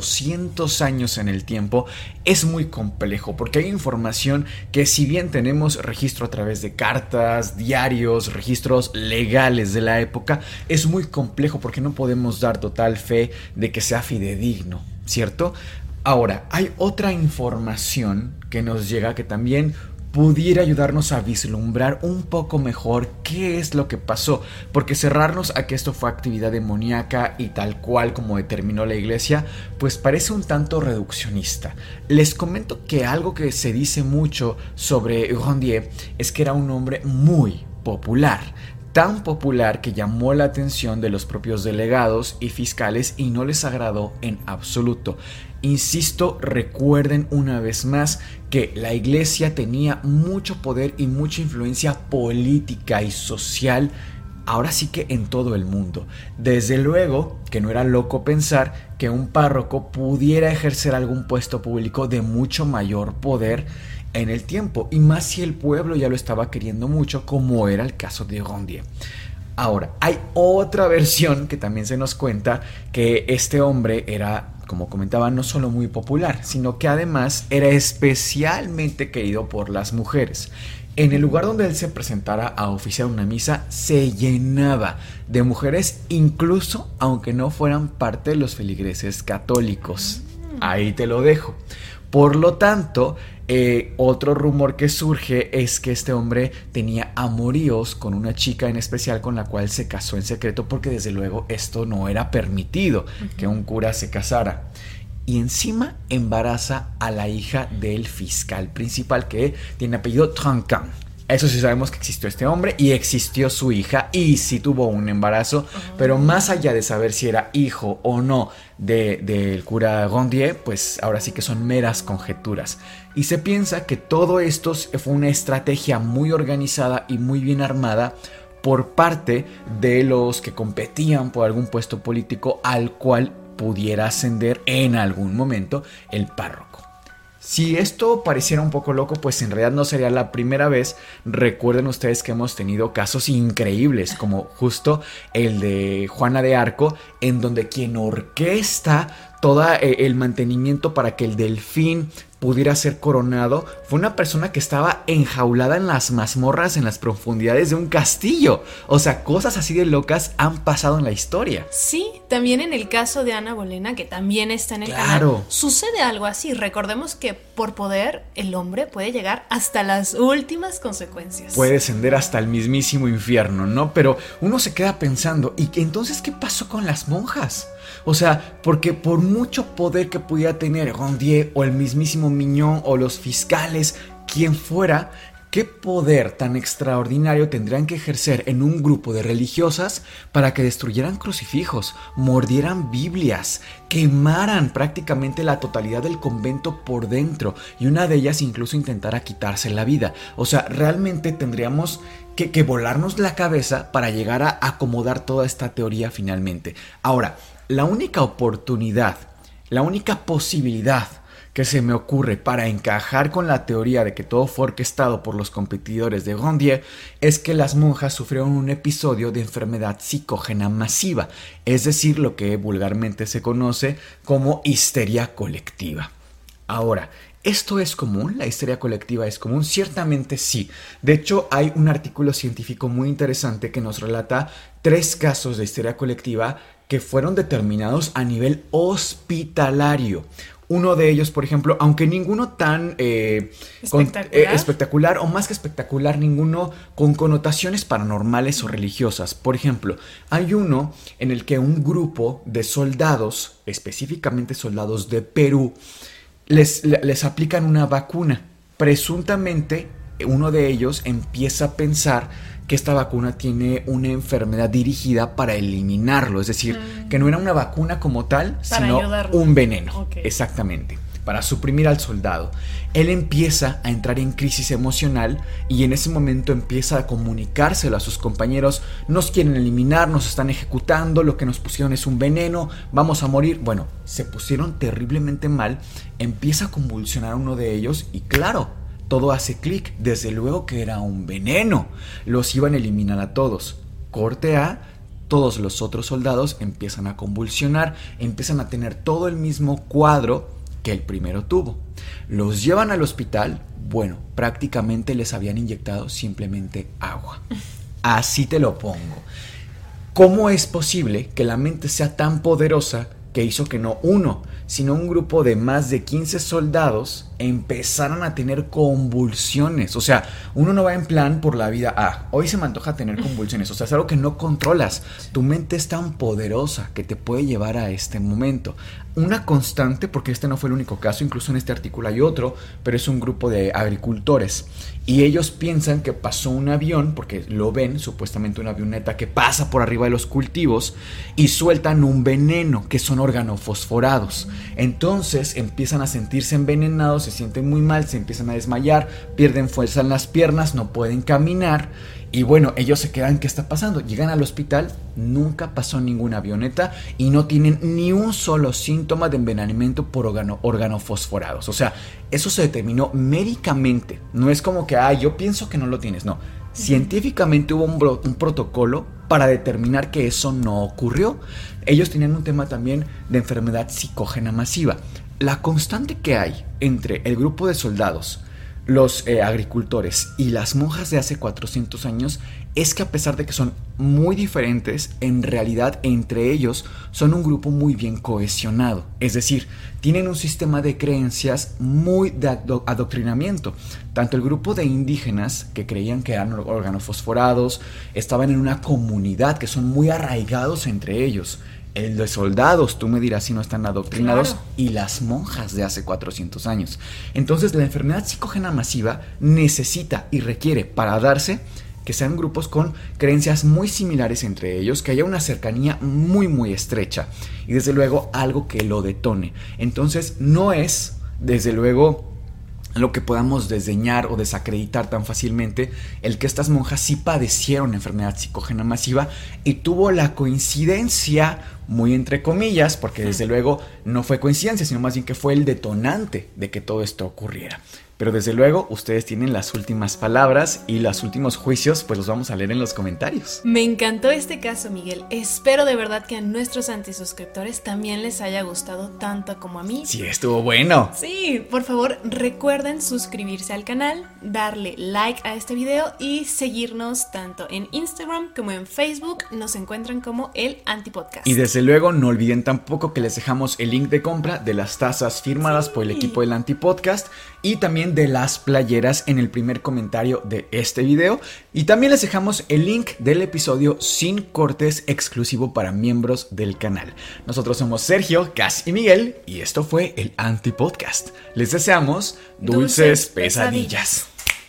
Speaker 2: 400 años en el tiempo, es muy complejo porque hay información que, si bien tenemos registro a través de cartas, diarios, registros legales de la época, es muy complejo porque no podemos dar total fe de que sea fidedigno, ¿cierto? Ahora, hay otra información que nos llega que también pudiera ayudarnos a vislumbrar un poco mejor qué es lo que pasó, porque cerrarnos a que esto fue actividad demoníaca y tal cual como determinó la iglesia, pues parece un tanto reduccionista. Les comento que algo que se dice mucho sobre Grandier es que era un hombre muy popular, tan popular que llamó la atención de los propios delegados y fiscales y no les agradó en absoluto. Insisto, recuerden una vez más que la iglesia tenía mucho poder y mucha influencia política y social, ahora sí que en todo el mundo. Desde luego que no era loco pensar que un párroco pudiera ejercer algún puesto público de mucho mayor poder en el tiempo, y más si el pueblo ya lo estaba queriendo mucho, como era el caso de Grandier. Ahora, hay otra versión que también se nos cuenta que este hombre era, como comentaba, no solo muy popular, sino que además era especialmente querido por las mujeres. En el lugar donde él se presentara a oficiar una misa, se llenaba de mujeres, incluso aunque no fueran parte de los feligreses católicos. Ahí te lo dejo. Por lo tanto, otro rumor que surge es que este hombre tenía amoríos con una chica en especial con la cual se casó en secreto, porque desde luego esto no era permitido, que un cura se casara. Y encima embaraza a la hija del fiscal principal, que tiene apellido Trancan. Eso sí sabemos que existió este hombre y existió su hija, y sí tuvo un embarazo, pero más allá de saber si era hijo o no del cura Grandier, pues ahora sí que son meras conjeturas. Y se piensa que todo esto fue una estrategia muy organizada y muy bien armada por parte de los que competían por algún puesto político al cual pudiera ascender en algún momento el párroco. Si esto pareciera un poco loco, pues en realidad no sería la primera vez. Recuerden ustedes que hemos tenido casos increíbles, como justo el de Juana de Arco, en donde quien orquesta todo el mantenimiento para que el delfín pudiera ser coronado fue una persona que estaba enjaulada en las mazmorras, en las profundidades de un castillo. O sea, cosas así de locas han pasado en la historia.
Speaker 3: Sí, también en el caso de Ana Bolena, que también está en el canal, sucede algo así. Recordemos que por poder el hombre puede llegar hasta las últimas consecuencias.
Speaker 2: Puede descender hasta el mismísimo infierno, ¿no? Pero uno se queda pensando, ¿y entonces qué pasó con las monjas? O sea, porque por mucho poder que pudiera tener Grandier o el mismísimo Mignon o los fiscales, quien fuera, ¿qué poder tan extraordinario tendrían que ejercer en un grupo de religiosas para que destruyeran crucifijos, mordieran Biblias, quemaran prácticamente la totalidad del convento por dentro, y una de ellas incluso intentara quitarse la vida? O sea, realmente tendríamos que volarnos la cabeza para llegar a acomodar toda esta teoría finalmente. Ahora, la única oportunidad, la única posibilidad que se me ocurre para encajar con la teoría de que todo fue orquestado por los competidores de Grandier es que las monjas sufrieron un episodio de enfermedad psicógena masiva, es decir, lo que vulgarmente se conoce como histeria colectiva. Ahora, ¿esto es común? ¿La histeria colectiva es común? Ciertamente sí. De hecho, hay un artículo científico muy interesante que nos relata 3 casos de histeria colectiva que fueron determinados a nivel hospitalario. Uno de ellos, por ejemplo, aunque ninguno tan espectacular o más que espectacular, ninguno con connotaciones paranormales o religiosas. Por ejemplo, hay uno en el que un grupo de soldados, específicamente soldados de Perú, les aplican una vacuna. Presuntamente, uno de ellos empieza a pensar que esta vacuna tiene una enfermedad dirigida para eliminarlo. Es decir, que no era una vacuna como tal, sino un veneno. Okay. Exactamente. Para suprimir al soldado. Él empieza a entrar en crisis emocional y en ese momento empieza a comunicárselo a sus compañeros. Nos quieren eliminar, nos están ejecutando, lo que nos pusieron es un veneno, vamos a morir. Bueno, se pusieron terriblemente mal, empieza a convulsionar uno de ellos y claro, todo hace clic, desde luego que era un veneno, los iban a eliminar a todos. Corte A, todos los otros soldados empiezan a convulsionar, empiezan a tener todo el mismo cuadro que el primero tuvo. Los llevan al hospital, bueno, prácticamente les habían inyectado simplemente agua. Así te lo pongo. ¿Cómo es posible que la mente sea tan poderosa que hizo que no uno, sino un grupo de más de 15 soldados empezaron a tener convulsiones? O sea, uno no va en plan por la vida, hoy se me antoja tener convulsiones. O sea, es algo que no controlas. Tu mente es tan poderosa que te puede llevar a este momento. Una constante, porque este no fue el único caso, incluso en este artículo hay otro, pero es un grupo de agricultores. Y ellos piensan que pasó un avión, porque lo ven, supuestamente una avioneta que pasa por arriba de los cultivos y sueltan un veneno, que son organofosforados. Entonces empiezan a sentirse envenenados, se sienten muy mal, se empiezan a desmayar, pierden fuerza en las piernas, no pueden caminar. Y bueno, ellos se quedan, ¿qué está pasando? Llegan al hospital, nunca pasó ninguna avioneta y no tienen ni un solo síntoma de envenenamiento por organofosforados. O sea, eso se determinó médicamente. No es como que, yo pienso que no lo tienes. No, científicamente hubo un protocolo para determinar que eso no ocurrió. Ellos tenían un tema también de enfermedad psicógena masiva. La constante que hay entre el grupo de soldados, los agricultores y las monjas de hace 400 años es que a pesar de que son muy diferentes, en realidad entre ellos son un grupo muy bien cohesionado. Es decir, tienen un sistema de creencias muy de adoctrinamiento. Tanto el grupo de indígenas que creían que eran organofosforados, estaban en una comunidad que son muy arraigados entre ellos. El de soldados, tú me dirás si no están adoctrinados, claro. Y las monjas de hace 400 años. Entonces la enfermedad psicógena masiva necesita y requiere para darse que sean grupos con creencias muy similares entre ellos, que haya una cercanía muy muy estrecha y desde luego algo que lo detone. Entonces no es desde luego lo que podamos desdeñar o desacreditar tan fácilmente el que estas monjas sí padecieron enfermedad psicógena masiva y tuvo la coincidencia, muy entre comillas, porque desde luego no fue coincidencia, sino más bien que fue el detonante de que todo esto ocurriera. Pero desde luego ustedes tienen las últimas palabras y los últimos juicios, pues los vamos a leer en los comentarios.
Speaker 3: Me encantó este caso, Miguel. Espero de verdad que a nuestros antisuscriptores también les haya gustado tanto como a mí.
Speaker 2: Sí, estuvo bueno.
Speaker 3: Sí, por favor recuerden suscribirse al canal, darle like a este video y seguirnos tanto en Instagram como en Facebook. Nos encuentran como El Antipodcast.
Speaker 2: Y desde luego no olviden tampoco que les dejamos el link de compra de las tazas firmadas por el equipo del Antipodcast y también de las playeras en el primer comentario de este video. Y también les dejamos el link del episodio sin cortes exclusivo para miembros del canal. Nosotros somos Sergio, Cas y Miguel y esto fue el Antipodcast. Les deseamos dulces pesadillas.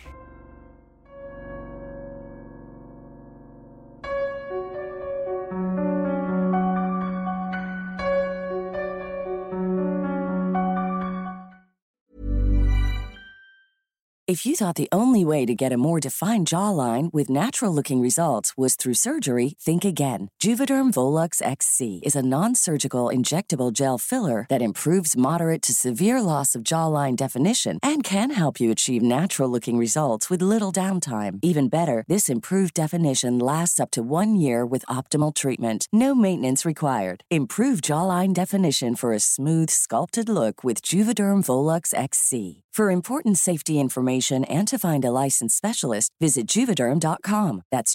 Speaker 1: If you thought the only way to get a more defined jawline with natural-looking results was through surgery, think again. Juvederm Volux XC is a non-surgical injectable gel filler that improves moderate to severe loss of jawline definition and can help you achieve natural-looking results with little downtime. Even better, this improved definition lasts up to 1 year with optimal treatment. No maintenance required. Improve jawline definition for a smooth, sculpted look with Juvederm Volux XC. For important safety information and to find a licensed specialist, visit Juvederm.com. That's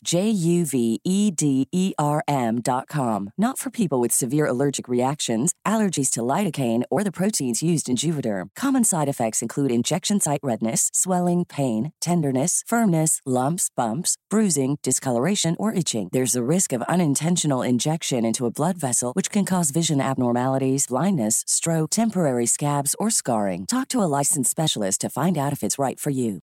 Speaker 1: JUVEDERM.com. Not for people with severe allergic reactions, allergies to lidocaine, or the proteins used in Juvederm. Common side effects include injection site redness, swelling, pain, tenderness, firmness, lumps, bumps, bruising, discoloration, or itching. There's a risk of unintentional injection into a blood vessel, which can cause vision abnormalities, blindness, stroke, temporary scabs, or scarring. Talk to a licensed specialist to find out if it's right for you.